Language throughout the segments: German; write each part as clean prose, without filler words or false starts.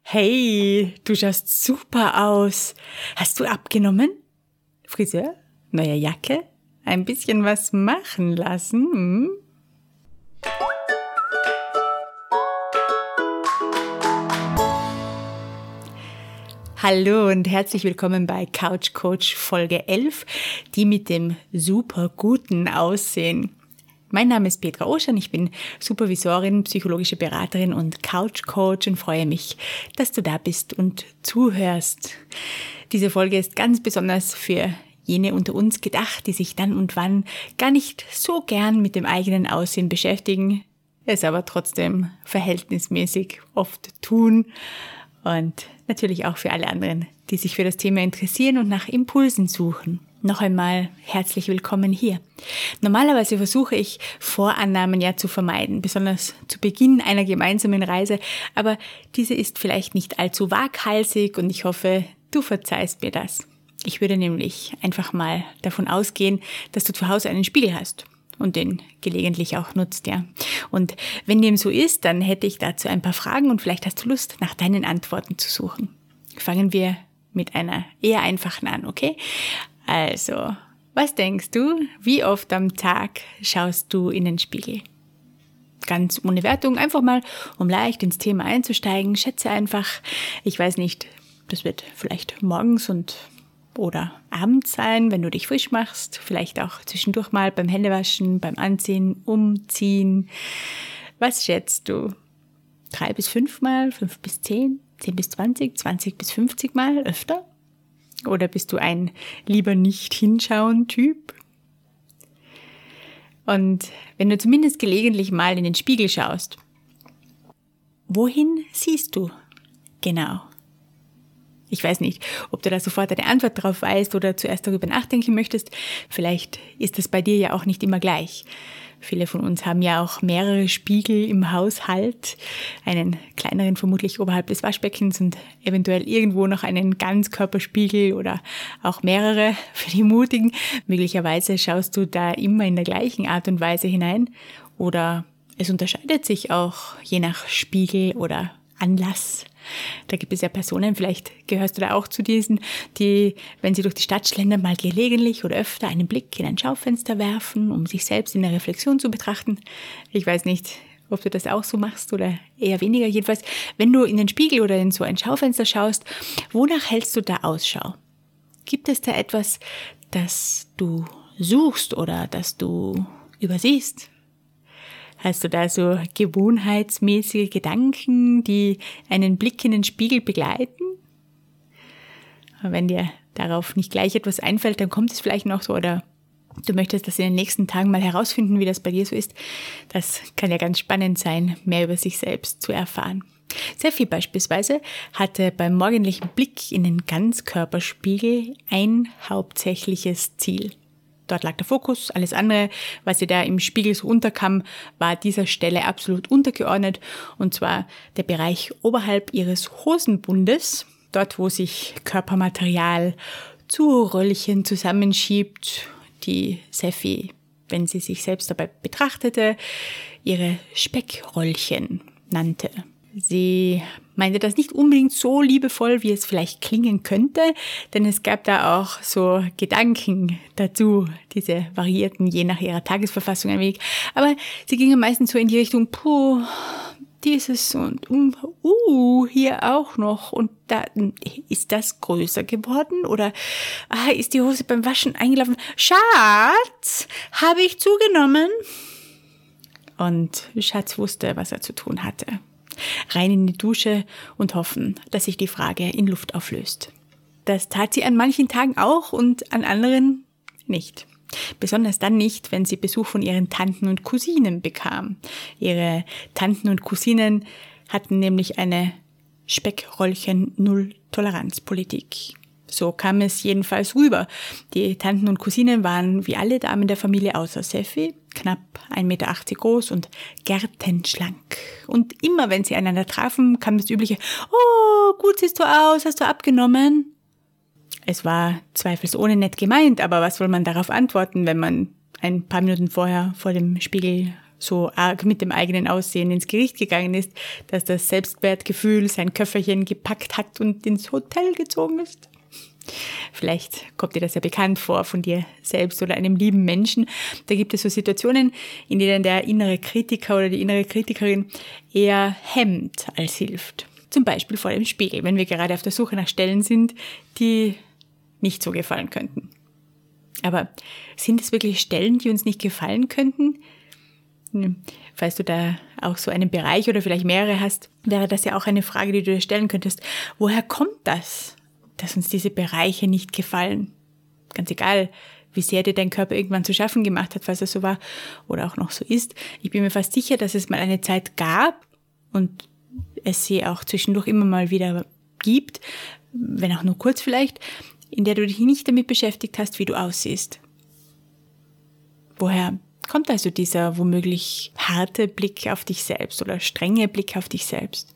Hey, du schaust super aus. Hast du abgenommen? Friseur? Neue Jacke? Ein bisschen was machen lassen? Hm? Hallo und herzlich willkommen bei Couch Coach Folge 11, die mit dem super guten Aussehen. Mein Name ist Petra Oschan, ich bin Supervisorin, psychologische Beraterin und Couch Coach und freue mich, dass du da bist und zuhörst. Diese Folge ist ganz besonders für jene unter uns gedacht, die sich dann und wann gar nicht so gern mit dem eigenen Aussehen beschäftigen, es aber trotzdem verhältnismäßig oft tun. Und natürlich auch für alle anderen, die sich für das Thema interessieren und nach Impulsen suchen. Noch einmal herzlich willkommen hier. Normalerweise versuche ich, Vorannahmen ja zu vermeiden, besonders zu Beginn einer gemeinsamen Reise, aber diese ist vielleicht nicht allzu waghalsig und ich hoffe, du verzeihst mir das. Ich würde nämlich einfach mal davon ausgehen, dass du zu Hause einen Spiegel hast und den gelegentlich auch nutzt, ja. Und wenn dem so ist, dann hätte ich dazu ein paar Fragen und vielleicht hast du Lust, nach deinen Antworten zu suchen. Fangen wir mit einer eher einfachen an, okay? Also, was denkst du, wie oft am Tag schaust du in den Spiegel? Ganz ohne Wertung, einfach mal, um leicht ins Thema einzusteigen, schätze einfach, ich weiß nicht, das wird vielleicht morgens oder abends sein, wenn du dich frisch machst, vielleicht auch zwischendurch mal beim Händewaschen, beim Anziehen, Umziehen. Was schätzt du? 3 bis 5 Mal, 5 bis 10, 10 bis 20, 20 bis 50 Mal, öfter? Oder bist du ein lieber nicht hinschauen Typ? Und wenn du zumindest gelegentlich mal in den Spiegel schaust, wohin siehst du genau? Ich weiß nicht, ob du da sofort eine Antwort drauf weißt oder zuerst darüber nachdenken möchtest. Vielleicht ist es bei dir ja auch nicht immer gleich. Viele von uns haben ja auch mehrere Spiegel im Haushalt, einen kleineren vermutlich oberhalb des Waschbeckens und eventuell irgendwo noch einen Ganzkörperspiegel oder auch mehrere für die Mutigen. Möglicherweise schaust du da immer in der gleichen Art und Weise hinein oder es unterscheidet sich auch je nach Spiegel oder Anlass. Da gibt es ja Personen, vielleicht gehörst du da auch zu diesen, die, wenn sie durch die Stadt schlendern, mal gelegentlich oder öfter einen Blick in ein Schaufenster werfen, um sich selbst in der Reflexion zu betrachten. Ich weiß nicht, ob du das auch so machst oder eher weniger. Jedenfalls, wenn du in den Spiegel oder in so ein Schaufenster schaust, wonach hältst du da Ausschau? Gibt es da etwas, das du suchst oder das du übersiehst? Hast du da so gewohnheitsmäßige Gedanken, die einen Blick in den Spiegel begleiten? Wenn dir darauf nicht gleich etwas einfällt, dann kommt es vielleicht noch so oder du möchtest das in den nächsten Tagen mal herausfinden, wie das bei dir so ist. Das kann ja ganz spannend sein, mehr über sich selbst zu erfahren. Seffi beispielsweise hatte beim morgendlichen Blick in den Ganzkörperspiegel ein hauptsächliches Ziel. Dort lag der Fokus, alles andere, was ihr da im Spiegel so unterkam, war dieser Stelle absolut untergeordnet, und zwar der Bereich oberhalb ihres Hosenbundes, dort wo sich Körpermaterial zu Röllchen zusammenschiebt, die Seffi, wenn sie sich selbst dabei betrachtete, ihre Speckröllchen nannte. Sie meinte das nicht unbedingt so liebevoll, wie es vielleicht klingen könnte, denn es gab da auch so Gedanken dazu, diese variierten je nach ihrer Tagesverfassung ein wenig, aber sie gingen meistens so in die Richtung, dieses und hier auch noch und da ist das größer geworden oder ist die Hose beim Waschen eingelaufen, Schatz, habe ich zugenommen? Und Schatz wusste, was er zu tun hatte. Rein in die Dusche und hoffen, dass sich die Frage in Luft auflöst. Das tat sie an manchen Tagen auch und an anderen nicht. Besonders dann nicht, wenn sie Besuch von ihren Tanten und Cousinen bekam. Ihre Tanten und Cousinen hatten nämlich eine Speckröllchen-Null-Toleranz-Politik. So kam es jedenfalls rüber. Die Tanten und Cousinen waren wie alle Damen der Familie außer Seffi, knapp 1,80 Meter groß und gärtenschlank. Und immer wenn sie einander trafen, kam das übliche, oh, gut siehst du aus, hast du abgenommen? Es war zweifelsohne nett gemeint, aber was soll man darauf antworten, wenn man ein paar Minuten vorher vor dem Spiegel so arg mit dem eigenen Aussehen ins Gericht gegangen ist, dass das Selbstwertgefühl sein Köfferchen gepackt hat und ins Hotel gezogen ist. Vielleicht kommt dir das ja bekannt vor von dir selbst oder einem lieben Menschen. Da gibt es so Situationen, in denen der innere Kritiker oder die innere Kritikerin eher hemmt als hilft. Zum Beispiel vor dem Spiegel, wenn wir gerade auf der Suche nach Stellen sind, die nicht so gefallen könnten. Aber sind es wirklich Stellen, die uns nicht gefallen könnten? Falls du da auch so einen Bereich oder vielleicht mehrere hast, wäre das ja auch eine Frage, die du dir stellen könntest. Woher kommt das, dass uns diese Bereiche nicht gefallen? Ganz egal, wie sehr dir dein Körper irgendwann zu schaffen gemacht hat, falls das so war oder auch noch so ist. Ich bin mir fast sicher, dass es mal eine Zeit gab und es sie auch zwischendurch immer mal wieder gibt, wenn auch nur kurz vielleicht, in der du dich nicht damit beschäftigt hast, wie du aussiehst. Woher kommt also dieser womöglich harte Blick auf dich selbst oder strenge Blick auf dich selbst?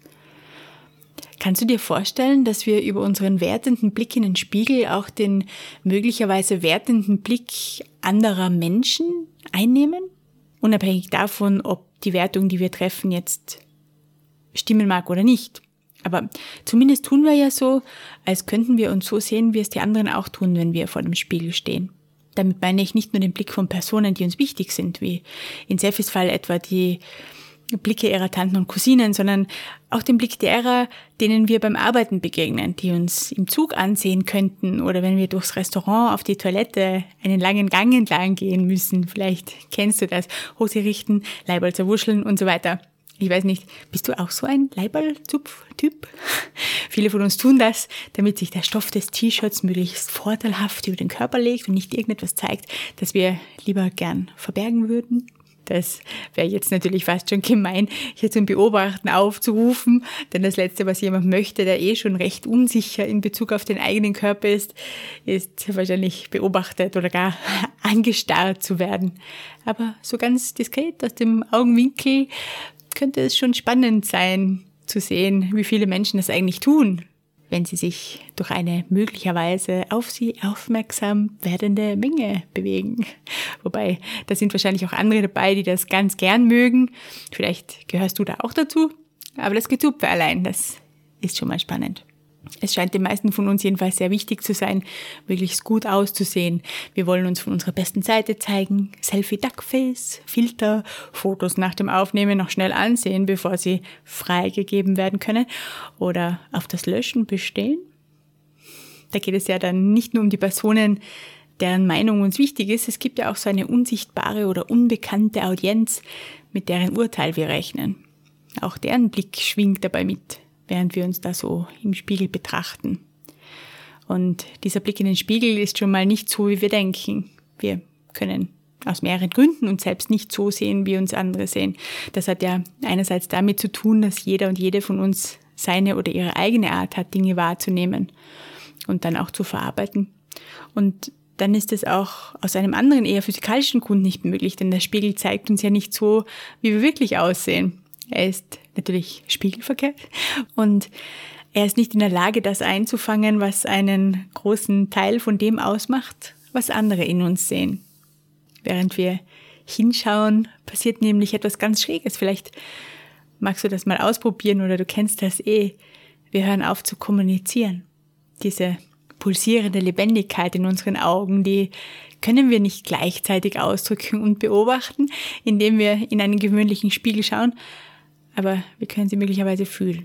Kannst du dir vorstellen, dass wir über unseren wertenden Blick in den Spiegel auch den möglicherweise wertenden Blick anderer Menschen einnehmen? Unabhängig davon, ob die Wertung, die wir treffen, jetzt stimmen mag oder nicht. Aber zumindest tun wir ja so, als könnten wir uns so sehen, wie es die anderen auch tun, wenn wir vor dem Spiegel stehen. Damit meine ich nicht nur den Blick von Personen, die uns wichtig sind, wie in Sefis Fall etwa die Blicke ihrer Tanten und Cousinen, sondern auch den Blick derer, denen wir beim Arbeiten begegnen, die uns im Zug ansehen könnten oder wenn wir durchs Restaurant auf die Toilette einen langen Gang entlang gehen müssen. Vielleicht kennst du das. Hose richten, Leiberl zerwuscheln und so weiter. Ich weiß nicht, bist du auch so ein Leiberl-Zupf-Typ? Viele von uns tun das, damit sich der Stoff des T-Shirts möglichst vorteilhaft über den Körper legt und nicht irgendetwas zeigt, das wir lieber gern verbergen würden. Das wäre jetzt natürlich fast schon gemein, hier zum Beobachten aufzurufen, denn das Letzte, was jemand möchte, der schon recht unsicher in Bezug auf den eigenen Körper ist wahrscheinlich beobachtet oder gar angestarrt zu werden. Aber so ganz diskret aus dem Augenwinkel könnte es schon spannend sein, zu sehen, wie viele Menschen das eigentlich tun, wenn sie sich durch eine möglicherweise auf sie aufmerksam werdende Menge bewegen. Wobei, da sind wahrscheinlich auch andere dabei, die das ganz gern mögen. Vielleicht gehörst du da auch dazu. Aber das Getupfe allein, das ist schon mal spannend. Es scheint den meisten von uns jedenfalls sehr wichtig zu sein, möglichst gut auszusehen. Wir wollen uns von unserer besten Seite zeigen, Selfie-Duckface, Filter, Fotos nach dem Aufnehmen noch schnell ansehen, bevor sie freigegeben werden können oder auf das Löschen bestehen. Da geht es ja dann nicht nur um die Personen, deren Meinung uns wichtig ist. Es gibt ja auch so eine unsichtbare oder unbekannte Audienz, mit deren Urteil wir rechnen. Auch deren Blick schwingt dabei mit, während wir uns da so im Spiegel betrachten. Und dieser Blick in den Spiegel ist schon mal nicht so, wie wir denken. Wir können aus mehreren Gründen uns selbst nicht so sehen, wie uns andere sehen. Das hat ja einerseits damit zu tun, dass jeder und jede von uns seine oder ihre eigene Art hat, Dinge wahrzunehmen und dann auch zu verarbeiten. Und dann ist es auch aus einem anderen, eher physikalischen Grund nicht möglich, denn der Spiegel zeigt uns ja nicht so, wie wir wirklich aussehen. Er ist natürlich spiegelverkehrt und er ist nicht in der Lage, das einzufangen, was einen großen Teil von dem ausmacht, was andere in uns sehen. Während wir hinschauen, passiert nämlich etwas ganz Schräges. Vielleicht magst du das mal ausprobieren oder du kennst das eh. Wir hören auf zu kommunizieren. Diese pulsierende Lebendigkeit in unseren Augen, die können wir nicht gleichzeitig ausdrücken und beobachten, indem wir in einen gewöhnlichen Spiegel schauen, aber wir können sie möglicherweise fühlen.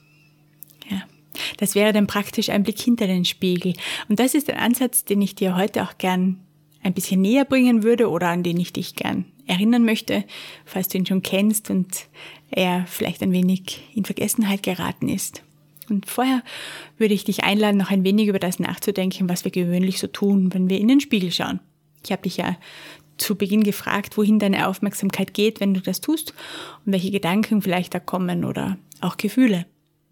Ja, das wäre dann praktisch ein Blick hinter den Spiegel. Und das ist ein Ansatz, den ich dir heute auch gern ein bisschen näher bringen würde oder an den ich dich gern erinnern möchte, falls du ihn schon kennst und er vielleicht ein wenig in Vergessenheit geraten ist. Und vorher würde ich dich einladen, noch ein wenig über das nachzudenken, was wir gewöhnlich so tun, wenn wir in den Spiegel schauen. Ich habe dich ja zu Beginn gefragt, wohin deine Aufmerksamkeit geht, wenn du das tust und welche Gedanken vielleicht da kommen oder auch Gefühle.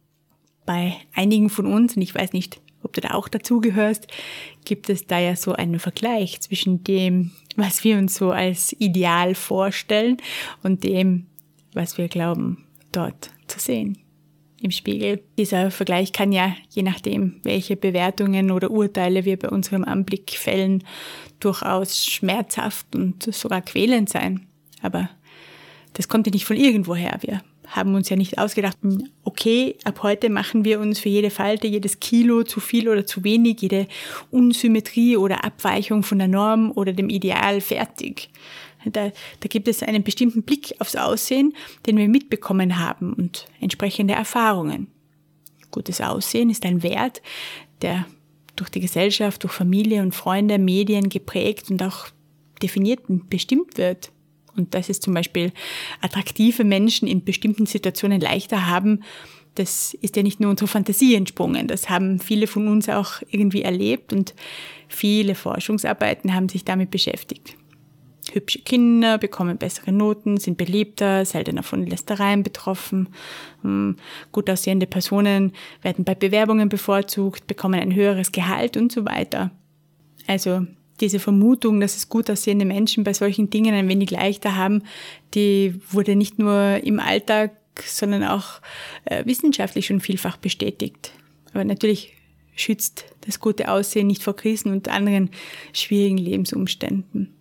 Bei einigen von uns, und ich weiß nicht, ob du da auch dazugehörst, gibt es da ja so einen Vergleich zwischen dem, was wir uns so als ideal vorstellen und dem, was wir glauben, dort zu sehen im Spiegel. Dieser Vergleich kann ja, je nachdem, welche Bewertungen oder Urteile wir bei unserem Anblick fällen, durchaus schmerzhaft und sogar quälend sein. Aber Das kommt ja nicht von irgendwoher. Wir haben uns ja nicht ausgedacht, okay, ab heute machen wir uns für jede Falte, jedes Kilo zu viel oder zu wenig, jede Unsymmetrie oder Abweichung von der Norm oder dem Ideal fertig. Da gibt es einen bestimmten Blick aufs Aussehen, den wir mitbekommen haben und entsprechende Erfahrungen. Gutes Aussehen ist ein Wert, der durch die Gesellschaft, durch Familie und Freunde, Medien geprägt und auch definiert und bestimmt wird. Und dass es zum Beispiel attraktive Menschen in bestimmten Situationen leichter haben, das ist ja nicht nur unsere Fantasie entsprungen. Das haben viele von uns auch irgendwie erlebt und viele Forschungsarbeiten haben sich damit beschäftigt. Hübsche Kinder bekommen bessere Noten, sind beliebter, seltener von Lästereien betroffen. Gut aussehende Personen werden bei Bewerbungen bevorzugt, bekommen ein höheres Gehalt und so weiter. Also diese Vermutung, dass es gut aussehende Menschen bei solchen Dingen ein wenig leichter haben, die wurde nicht nur im Alltag, sondern auch wissenschaftlich schon vielfach bestätigt. Aber natürlich schützt das gute Aussehen nicht vor Krisen und anderen schwierigen Lebensumständen.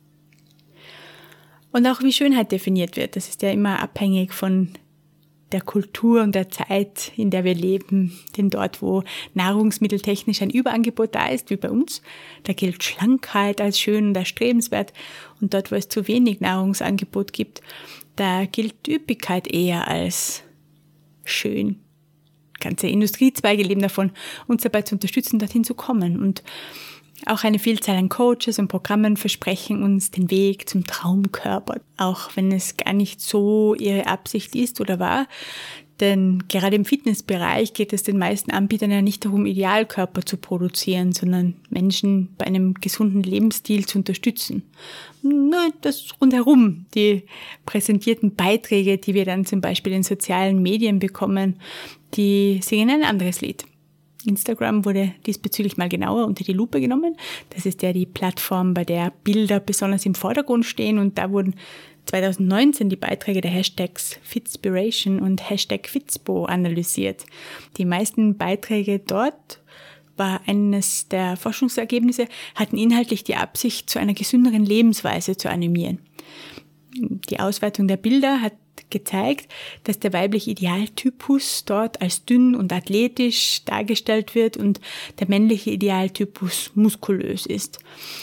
Und auch wie Schönheit definiert wird, das ist ja immer abhängig von der Kultur und der Zeit, in der wir leben. Denn dort, wo nahrungsmitteltechnisch ein Überangebot da ist, wie bei uns, da gilt Schlankheit als schön und erstrebenswert. Und dort, wo es zu wenig Nahrungsangebot gibt, da gilt Üppigkeit eher als schön. Ganze Industriezweige leben davon, uns dabei zu unterstützen, dorthin zu kommen. Und auch eine Vielzahl an Coaches und Programmen versprechen uns den Weg zum Traumkörper, auch wenn es gar nicht so ihre Absicht ist oder war. Denn gerade im Fitnessbereich geht es den meisten Anbietern ja nicht darum, Idealkörper zu produzieren, sondern Menschen bei einem gesunden Lebensstil zu unterstützen. Nur das rundherum, die präsentierten Beiträge, die wir dann zum Beispiel in sozialen Medien bekommen, die singen ein anderes Lied. Instagram wurde diesbezüglich mal genauer unter die Lupe genommen. Das ist ja die Plattform, bei der Bilder besonders im Vordergrund stehen, und da wurden 2019 die Beiträge der Hashtags Fitspiration und Hashtag Fitspo analysiert. Die meisten Beiträge dort, war eines der Forschungsergebnisse, hatten inhaltlich die Absicht, zu einer gesünderen Lebensweise zu animieren. Die Auswertung der Bilder hat gezeigt, dass der weibliche Idealtypus dort als dünn und athletisch dargestellt wird und der männliche Idealtypus muskulös ist.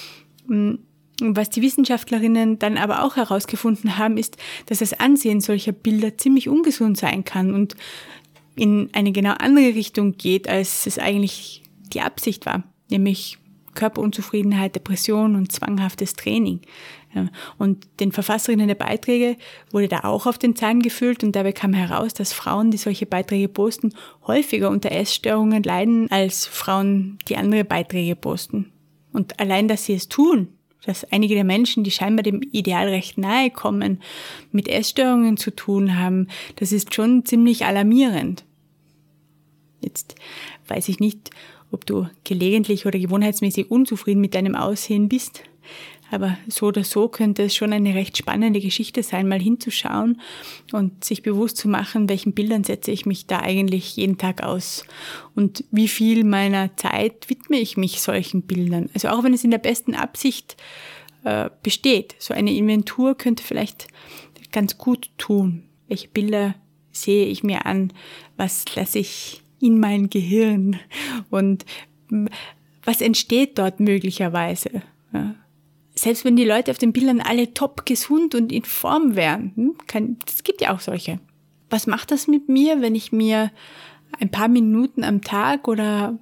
Was die Wissenschaftlerinnen dann aber auch herausgefunden haben, ist, dass das Ansehen solcher Bilder ziemlich ungesund sein kann und in eine genau andere Richtung geht, als es eigentlich die Absicht war, nämlich Körperunzufriedenheit, Depression und zwanghaftes Training. Und den Verfasserinnen der Beiträge wurde da auch auf den Zahn gefühlt, und dabei kam heraus, dass Frauen, die solche Beiträge posten, häufiger unter Essstörungen leiden als Frauen, die andere Beiträge posten. Und allein, dass sie es tun, dass einige der Menschen, die scheinbar dem Ideal recht nahe kommen, mit Essstörungen zu tun haben, das ist schon ziemlich alarmierend. Jetzt weiß ich nicht, ob du gelegentlich oder gewohnheitsmäßig unzufrieden mit deinem Aussehen bist, aber so oder so könnte es schon eine recht spannende Geschichte sein, mal hinzuschauen und sich bewusst zu machen, welchen Bildern setze ich mich da eigentlich jeden Tag aus und wie viel meiner Zeit widme ich mich solchen Bildern. Also auch wenn es in der besten Absicht besteht, so eine Inventur könnte vielleicht ganz gut tun. Welche Bilder sehe ich mir an? Was lasse ich in mein Gehirn? Und was entsteht dort möglicherweise? Ja. Selbst wenn die Leute auf den Bildern alle top gesund und in Form wären, es gibt ja auch solche. Was macht das mit mir, wenn ich mir ein paar Minuten am Tag oder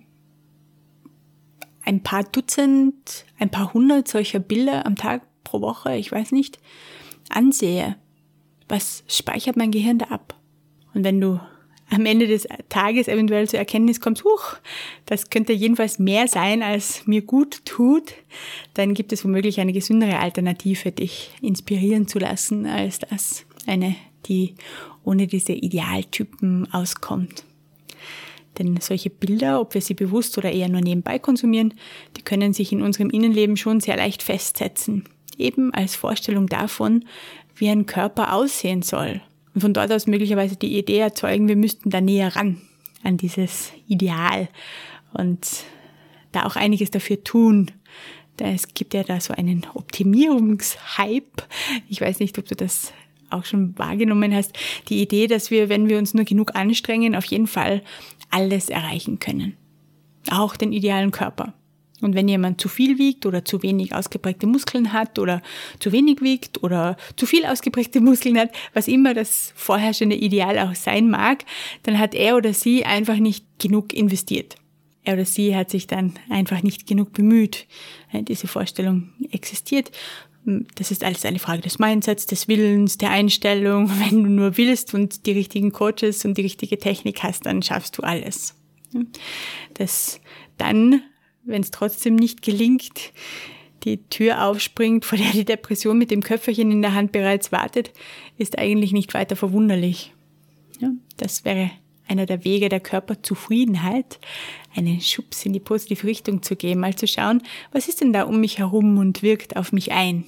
ein paar Dutzend, ein paar hundert solcher Bilder am Tag pro Woche, ich weiß nicht, ansehe? Was speichert mein Gehirn da ab? Und wenn du am Ende des Tages eventuell zur Erkenntnis kommst, das könnte jedenfalls mehr sein, als mir gut tut, dann gibt es womöglich eine gesündere Alternative, dich inspirieren zu lassen, als das eine, die ohne diese Idealtypen auskommt. Denn solche Bilder, ob wir sie bewusst oder eher nur nebenbei konsumieren, die können sich in unserem Innenleben schon sehr leicht festsetzen. Eben als Vorstellung davon, wie ein Körper aussehen soll. Und von dort aus möglicherweise die Idee erzeugen, wir müssten da näher ran an dieses Ideal und da auch einiges dafür tun. Es gibt ja da so einen Optimierungshype. Ich weiß nicht, ob du das auch schon wahrgenommen hast, die Idee, dass wir, wenn wir uns nur genug anstrengen, auf jeden Fall alles erreichen können. Auch den idealen Körper. Und wenn jemand zu viel wiegt oder zu wenig ausgeprägte Muskeln hat oder zu wenig wiegt oder zu viel ausgeprägte Muskeln hat, was immer das vorherrschende Ideal auch sein mag, dann hat er oder sie einfach nicht genug investiert. Er oder sie hat sich dann einfach nicht genug bemüht. Diese Vorstellung existiert. Das ist alles eine Frage des Mindsets, des Willens, der Einstellung. Wenn du nur willst und die richtigen Coaches und die richtige Technik hast, dann schaffst du alles. Das dann, wenn es trotzdem nicht gelingt, die Tür aufspringt, vor der die Depression mit dem Köfferchen in der Hand bereits wartet, ist eigentlich nicht weiter verwunderlich. Ja, das wäre einer der Wege der Körperzufriedenheit, einen Schubs in die positive Richtung zu geben, mal zu schauen, was ist denn da um mich herum und wirkt auf mich ein.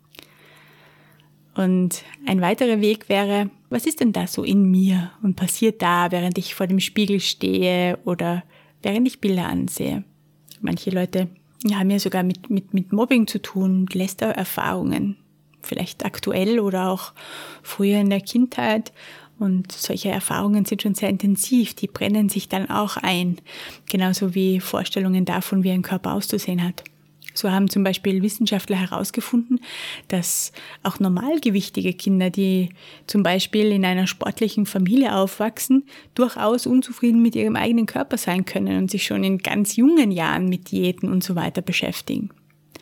Und ein weiterer Weg wäre, was ist denn da so in mir und passiert da, während ich vor dem Spiegel stehe oder während ich Bilder ansehe. Manche Leute haben ja sogar mit Mobbing zu tun, Lästererfahrungen, vielleicht aktuell oder auch früher in der Kindheit. Und solche Erfahrungen sind schon sehr intensiv, die brennen sich dann auch ein, genauso wie Vorstellungen davon, wie ein Körper auszusehen hat. So haben zum Beispiel Wissenschaftler herausgefunden, dass auch normalgewichtige Kinder, die zum Beispiel in einer sportlichen Familie aufwachsen, durchaus unzufrieden mit ihrem eigenen Körper sein können und sich schon in ganz jungen Jahren mit Diäten und so weiter beschäftigen.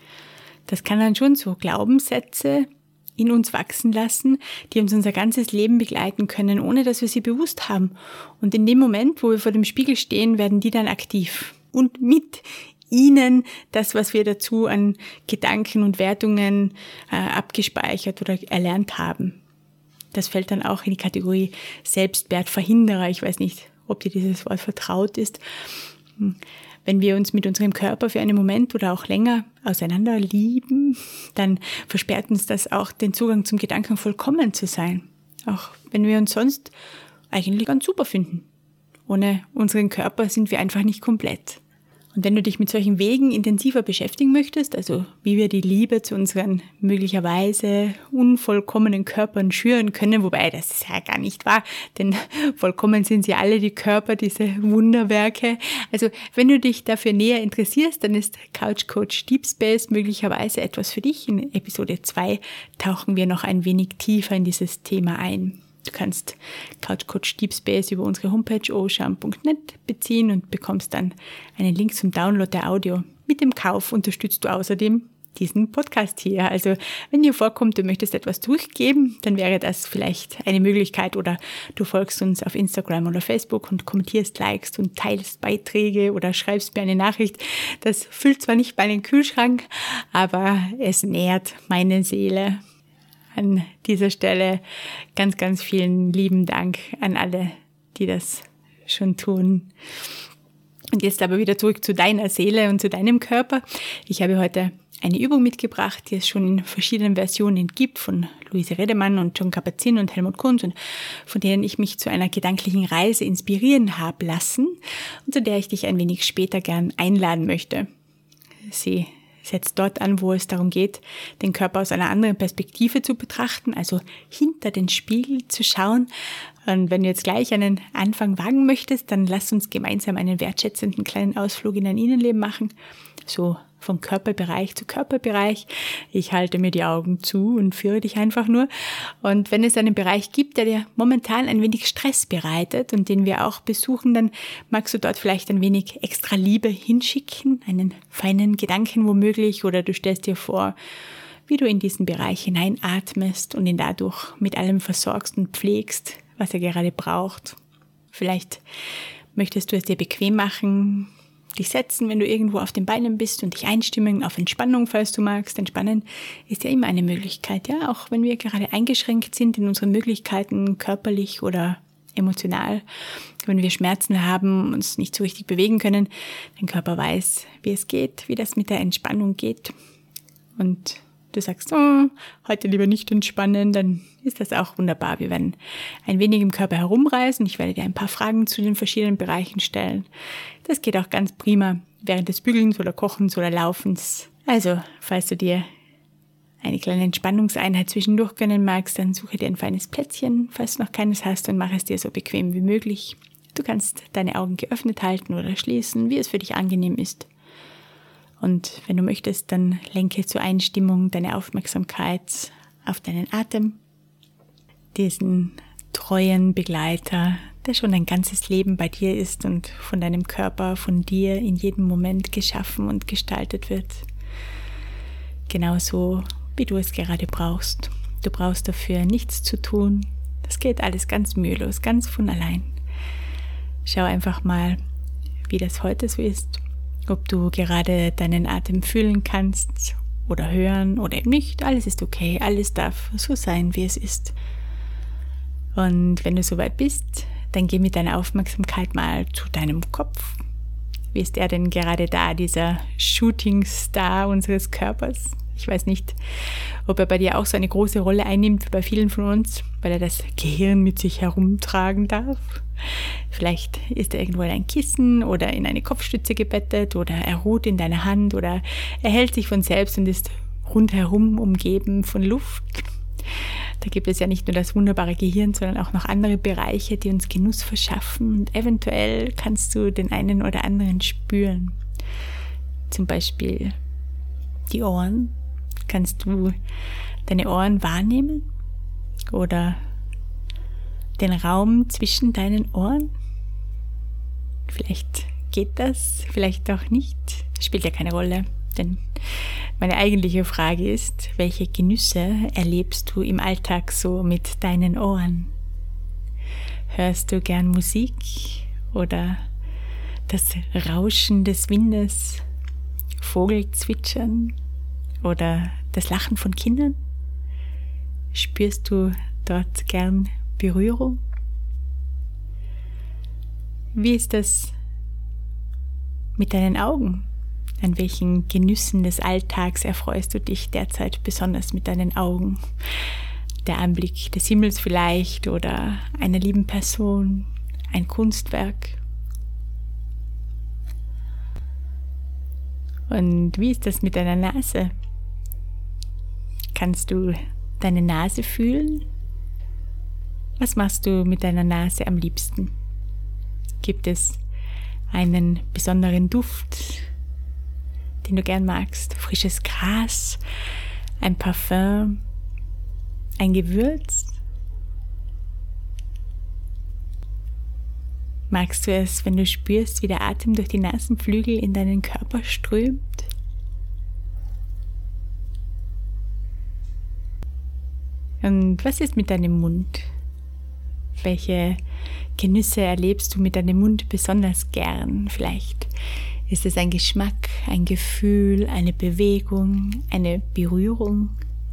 Das kann dann schon so Glaubenssätze in uns wachsen lassen, die uns unser ganzes Leben begleiten können, ohne dass wir sie bewusst haben. Und in dem Moment, wo wir vor dem Spiegel stehen, werden die dann aktiv. Und mit ihnen das, was wir dazu an Gedanken und Wertungen abgespeichert oder erlernt haben. Das fällt dann auch in die Kategorie Selbstwertverhinderer. Ich weiß nicht, ob dir dieses Wort vertraut ist. Wenn wir uns mit unserem Körper für einen Moment oder auch länger auseinander lieben, dann versperrt uns das auch den Zugang zum Gedanken, vollkommen zu sein. Auch wenn wir uns sonst eigentlich ganz super finden. Ohne unseren Körper sind wir einfach nicht komplett. Und wenn du dich mit solchen Wegen intensiver beschäftigen möchtest, also wie wir die Liebe zu unseren möglicherweise unvollkommenen Körpern schüren können, wobei das ist ja gar nicht wahr, denn vollkommen sind sie alle, die Körper, diese Wunderwerke. Also wenn du dich dafür näher interessierst, dann ist Couch Coach Deep Space möglicherweise etwas für dich. In Episode 2 tauchen wir noch ein wenig tiefer in dieses Thema ein. Du kannst Couch Coach Deep Space über unsere Homepage osham.net beziehen und bekommst dann einen Link zum Download der Audio. Mit dem Kauf unterstützt du außerdem diesen Podcast hier. Also wenn dir vorkommt, du möchtest etwas zurückgeben, dann wäre das vielleicht eine Möglichkeit, oder du folgst uns auf Instagram oder Facebook und kommentierst, likest und teilst Beiträge oder schreibst mir eine Nachricht. Das füllt zwar nicht meinen Kühlschrank, aber es nährt meine Seele. An dieser Stelle ganz, ganz vielen lieben Dank an alle, die das schon tun. Und jetzt aber wieder zurück zu deiner Seele und zu deinem Körper. Ich habe heute eine Übung mitgebracht, die es schon in verschiedenen Versionen gibt, von Luise Redemann und John Kabat-Zinn und Helmut Kunz, und von denen ich mich zu einer gedanklichen Reise inspirieren habe lassen und zu der ich dich ein wenig später gern einladen möchte. Sie setzt dort an, wo es darum geht, den Körper aus einer anderen Perspektive zu betrachten, also hinter den Spiegel zu schauen. Und wenn du jetzt gleich einen Anfang wagen möchtest, dann lass uns gemeinsam einen wertschätzenden kleinen Ausflug in dein Innenleben machen, so von Körperbereich zu Körperbereich. Ich halte mir die Augen zu und führe dich einfach nur. Und wenn es einen Bereich gibt, der dir momentan ein wenig Stress bereitet und den wir auch besuchen, dann magst du dort vielleicht ein wenig extra Liebe hinschicken, einen feinen Gedanken womöglich, oder du stellst dir vor, wie du in diesen Bereich hineinatmest und ihn dadurch mit allem versorgst und pflegst, was er gerade braucht. Vielleicht möchtest du es dir bequem machen, dich setzen, wenn du irgendwo auf den Beinen bist, und dich einstimmen auf Entspannung, falls du magst. Entspannen ist ja immer eine Möglichkeit, ja, auch wenn wir gerade eingeschränkt sind in unseren Möglichkeiten, körperlich oder emotional. Wenn wir Schmerzen haben, uns nicht so richtig bewegen können, dein Körper weiß, wie es geht, wie das mit der Entspannung geht. Und du sagst, heute lieber nicht entspannen, dann ist das auch wunderbar. Wir werden ein wenig im Körper herumreisen. Ich werde dir ein paar Fragen zu den verschiedenen Bereichen stellen. Das geht auch ganz prima während des Bügelns oder Kochens oder Laufens. Also, falls du dir eine kleine Entspannungseinheit zwischendurch gönnen magst, dann suche dir ein feines Plätzchen, falls du noch keines hast, und mach es dir so bequem wie möglich. Du kannst deine Augen geöffnet halten oder schließen, wie es für dich angenehm ist. Und wenn du möchtest, dann lenke zur Einstimmung deine Aufmerksamkeit auf deinen Atem, diesen treuen Begleiter, der schon dein ganzes Leben bei dir ist und von deinem Körper, von dir in jedem Moment geschaffen und gestaltet wird. Genauso wie du es gerade brauchst. Du brauchst dafür nichts zu tun. Das geht alles ganz mühelos, ganz von allein. Schau einfach mal, wie das heute so ist. Ob du gerade deinen Atem fühlen kannst oder hören oder eben nicht. Alles ist okay, alles darf so sein, wie es ist. Und wenn du soweit bist, dann geh mit deiner Aufmerksamkeit mal zu deinem Kopf. Wie ist er denn gerade da, dieser Shooting Star unseres Körpers? Ich weiß nicht, ob er bei dir auch so eine große Rolle einnimmt wie bei vielen von uns, weil er das Gehirn mit sich herumtragen darf. Vielleicht ist er irgendwo in ein Kissen oder in eine Kopfstütze gebettet oder er ruht in deiner Hand oder er hält sich von selbst und ist rundherum umgeben von Luft. Da gibt es ja nicht nur das wunderbare Gehirn, sondern auch noch andere Bereiche, die uns Genuss verschaffen, und eventuell kannst du den einen oder anderen spüren. Zum Beispiel die Ohren. Kannst du deine Ohren wahrnehmen oder den Raum zwischen deinen Ohren? Vielleicht geht das, vielleicht auch nicht. Spielt ja keine Rolle, denn meine eigentliche Frage ist, welche Genüsse erlebst du im Alltag so mit deinen Ohren? Hörst du gern Musik oder das Rauschen des Windes, Vogelzwitschern oder das Lachen von Kindern? Spürst du dort gern Berührung? Wie ist das mit deinen Augen? An welchen Genüssen des Alltags erfreust du dich derzeit besonders mit deinen Augen? Der Anblick des Himmels vielleicht oder einer lieben Person, ein Kunstwerk? Und wie ist das mit deiner Nase? Kannst du deine Nase fühlen? Was machst du mit deiner Nase am liebsten? Gibt es einen besonderen Duft, den du gern magst? Frisches Gras, ein Parfüm, ein Gewürz? Magst du es, wenn du spürst, wie der Atem durch die Nasenflügel in deinen Körper strömt? Und was ist mit deinem Mund? Welche Genüsse erlebst du mit deinem Mund besonders gern? Vielleicht ist es ein Geschmack, ein Gefühl, eine Bewegung, eine Berührung.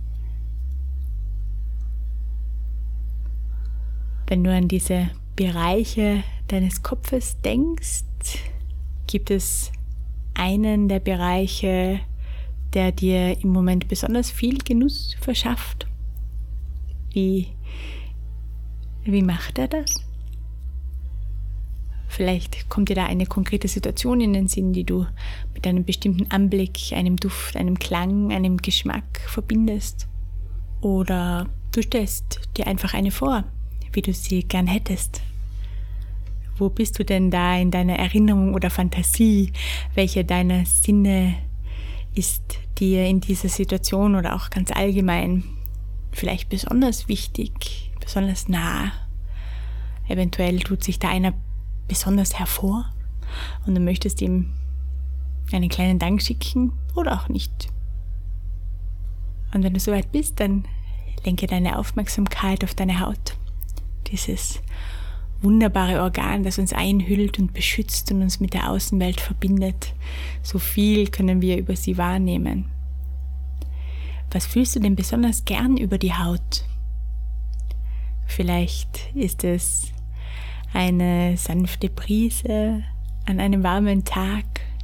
Wenn du an diese Bereiche deines Kopfes denkst, gibt es einen der Bereiche, der dir im Moment besonders viel Genuss verschafft? Wie macht er das? Vielleicht kommt dir da eine konkrete Situation in den Sinn, die du mit einem bestimmten Anblick, einem Duft, einem Klang, einem Geschmack verbindest. Oder du stellst dir einfach eine vor, wie du sie gern hättest. Wo bist du denn da in deiner Erinnerung oder Fantasie? Welche deiner Sinne ist dir in dieser Situation oder auch ganz allgemein vielleicht besonders wichtig, besonders nah? Eventuell tut sich da einer besonders hervor und du möchtest ihm einen kleinen Dank schicken oder auch nicht. Und wenn du soweit bist, dann lenke deine Aufmerksamkeit auf deine Haut. Dieses wunderbare Organ, das uns einhüllt und beschützt und uns mit der Außenwelt verbindet. So viel können wir über sie wahrnehmen. Was fühlst du denn besonders gern über die Haut? Vielleicht ist es eine sanfte Brise an einem warmen Tag,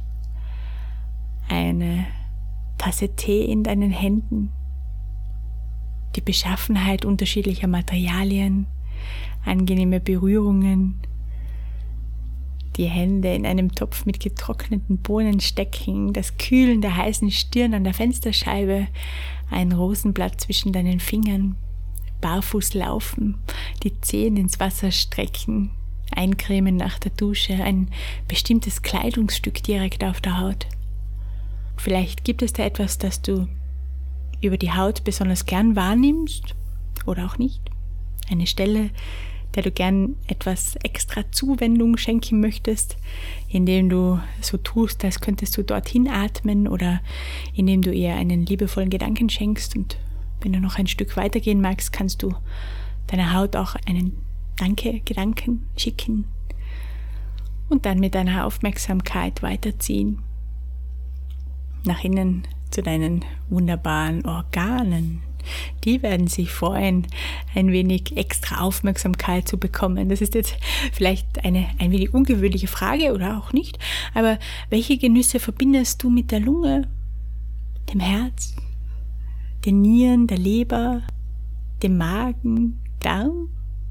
eine Tasse Tee in deinen Händen, die Beschaffenheit unterschiedlicher Materialien, angenehme Berührungen, die Hände in einem Topf mit getrockneten Bohnen stecken, das Kühlen der heißen Stirn an der Fensterscheibe, ein Rosenblatt zwischen deinen Fingern, barfuß laufen, die Zehen ins Wasser strecken, eincremen nach der Dusche, ein bestimmtes Kleidungsstück direkt auf der Haut. Vielleicht gibt es da etwas, das du über die Haut besonders gern wahrnimmst oder auch nicht. Eine Stelle, der du gern etwas extra Zuwendung schenken möchtest, indem du so tust, als könntest du dorthin atmen oder indem du ihr einen liebevollen Gedanken schenkst. Und wenn du noch ein Stück weitergehen magst, kannst du deiner Haut auch einen Danke-Gedanken schicken und dann mit deiner Aufmerksamkeit weiterziehen nach innen zu deinen wunderbaren Organen. Die werden sich freuen, ein wenig extra Aufmerksamkeit zu bekommen. Das ist jetzt vielleicht eine ein wenig ungewöhnliche Frage oder auch nicht, aber welche Genüsse verbindest du mit der Lunge, dem Herz, den Nieren, der Leber, dem Magen, Darm?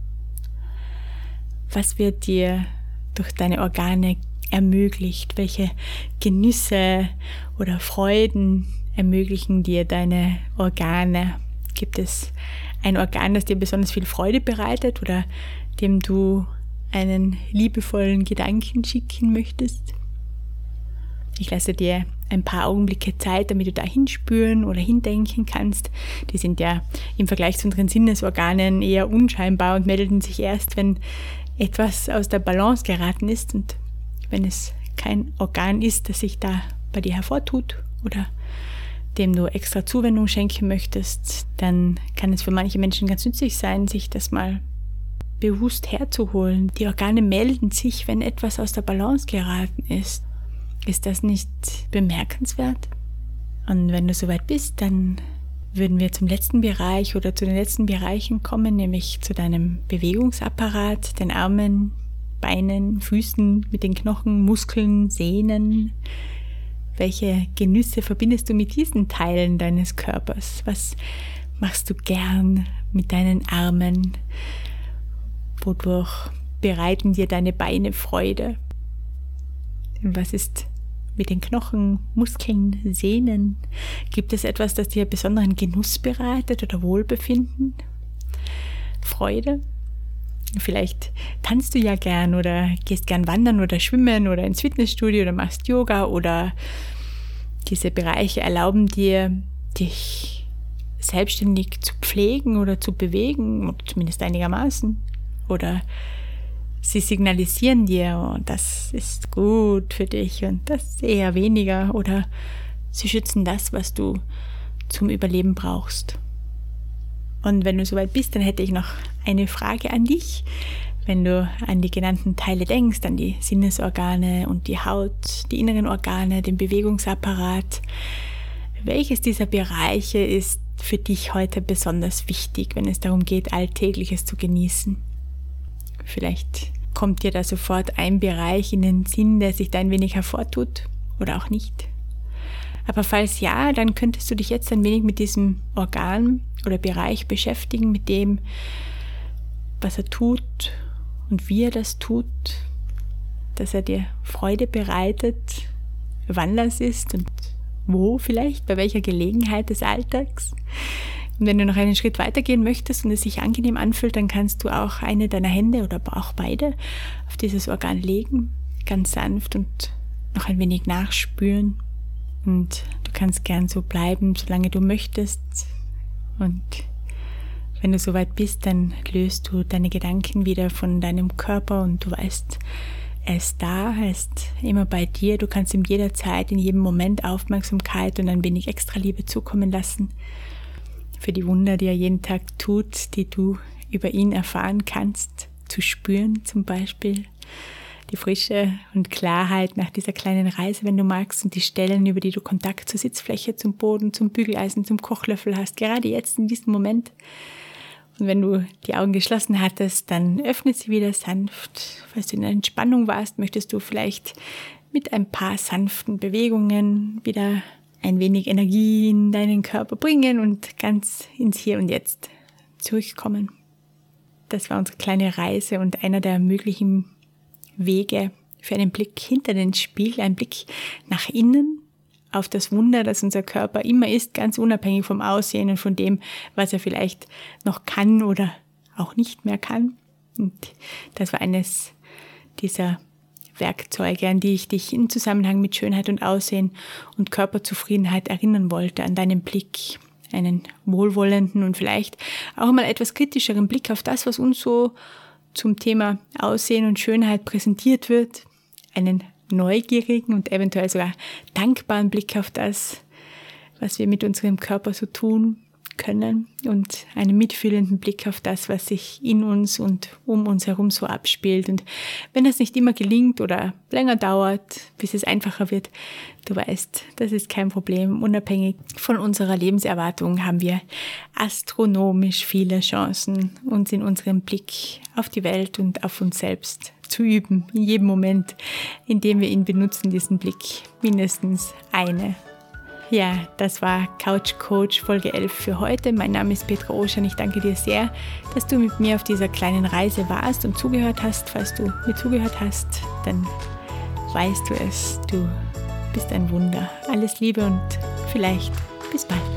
Was wird dir durch deine Organe ermöglicht? Welche Genüsse oder Freuden ermöglichen dir deine Organe? Gibt es ein Organ, das dir besonders viel Freude bereitet oder dem du einen liebevollen Gedanken schicken möchtest? Ich lasse dir ein paar Augenblicke Zeit, damit du da hinspüren oder hindenken kannst. Die sind ja im Vergleich zu unseren Sinnesorganen eher unscheinbar und melden sich erst, wenn etwas aus der Balance geraten ist und wenn es kein Organ ist, das sich da bei dir hervortut oder dem du extra Zuwendung schenken möchtest, dann kann es für manche Menschen ganz nützlich sein, sich das mal bewusst herzuholen. Die Organe melden sich, wenn etwas aus der Balance geraten ist. Ist das nicht bemerkenswert? Und wenn du soweit bist, dann würden wir zum letzten Bereich oder zu den letzten Bereichen kommen, nämlich zu deinem Bewegungsapparat, den Armen, Beinen, Füßen, mit den Knochen, Muskeln, Sehnen. Welche Genüsse verbindest du mit diesen Teilen deines Körpers? Was machst du gern mit deinen Armen? Wodurch bereiten dir deine Beine Freude? Und was ist mit den Knochen, Muskeln, Sehnen? Gibt es etwas, das dir besonderen Genuss bereitet oder Wohlbefinden? Freude? Vielleicht tanzt du ja gern oder gehst gern wandern oder schwimmen oder ins Fitnessstudio oder machst Yoga oder diese Bereiche erlauben dir, dich selbstständig zu pflegen oder zu bewegen, oder zumindest einigermaßen. Oder sie signalisieren dir, oh, das ist gut für dich und das eher weniger. Oder sie schützen das, was du zum Überleben brauchst. Und wenn du soweit bist, dann hätte ich noch eine Frage an dich. Wenn du an die genannten Teile denkst, an die Sinnesorgane und die Haut, die inneren Organe, den Bewegungsapparat, welches dieser Bereiche ist für dich heute besonders wichtig, wenn es darum geht, Alltägliches zu genießen? Vielleicht kommt dir da sofort ein Bereich in den Sinn, der sich da ein wenig hervortut oder auch nicht. Aber falls ja, dann könntest du dich jetzt ein wenig mit diesem Organ oder Bereich beschäftigen, mit dem, was er tut und wie er das tut, dass er dir Freude bereitet, wann das ist und wo vielleicht, bei welcher Gelegenheit des Alltags. Und wenn du noch einen Schritt weitergehen möchtest und es sich angenehm anfühlt, dann kannst du auch eine deiner Hände oder auch beide auf dieses Organ legen, ganz sanft und noch ein wenig nachspüren. Und du kannst gern so bleiben, solange du möchtest. Und wenn du soweit bist, dann löst du deine Gedanken wieder von deinem Körper und du weißt, er ist da, er ist immer bei dir. Du kannst ihm jederzeit, in jedem Moment Aufmerksamkeit und ein wenig extra Liebe zukommen lassen für die Wunder, die er jeden Tag tut, die du über ihn erfahren kannst, zu spüren zum Beispiel. Die Frische und Klarheit nach dieser kleinen Reise, wenn du magst, und die Stellen, über die du Kontakt zur Sitzfläche, zum Boden, zum Bügeleisen, zum Kochlöffel hast, gerade jetzt in diesem Moment. Und wenn du die Augen geschlossen hattest, dann öffne sie wieder sanft. Falls du in der Entspannung warst, möchtest du vielleicht mit ein paar sanften Bewegungen wieder ein wenig Energie in deinen Körper bringen und ganz ins Hier und Jetzt zurückkommen. Das war unsere kleine Reise und einer der möglichen Wege, für einen Blick hinter den Spiegel, einen Blick nach innen auf das Wunder, das unser Körper immer ist, ganz unabhängig vom Aussehen und von dem, was er vielleicht noch kann oder auch nicht mehr kann. Und das war eines dieser Werkzeuge, an die ich dich im Zusammenhang mit Schönheit und Aussehen und Körperzufriedenheit erinnern wollte, an deinen Blick, einen wohlwollenden und vielleicht auch mal etwas kritischeren Blick auf das, was uns so zum Thema Aussehen und Schönheit präsentiert wird, einen neugierigen und eventuell sogar dankbaren Blick auf das, was wir mit unserem Körper so tun können und einen mitfühlenden Blick auf das, was sich in uns und um uns herum so abspielt. Und wenn das nicht immer gelingt oder länger dauert, bis es einfacher wird, du weißt, das ist kein Problem. Unabhängig von unserer Lebenserwartung haben wir astronomisch viele Chancen, uns in unserem Blick auf die Welt und auf uns selbst zu üben, in jedem Moment, in dem wir ihn benutzen, diesen Blick, mindestens eine. Ja, das war Couch Coach Folge 11 für heute. Mein Name ist Petra Oschan. Ich danke dir sehr, dass du mit mir auf dieser kleinen Reise warst und zugehört hast. Falls du mir zugehört hast, dann weißt du es. Du bist ein Wunder. Alles Liebe und vielleicht bis bald.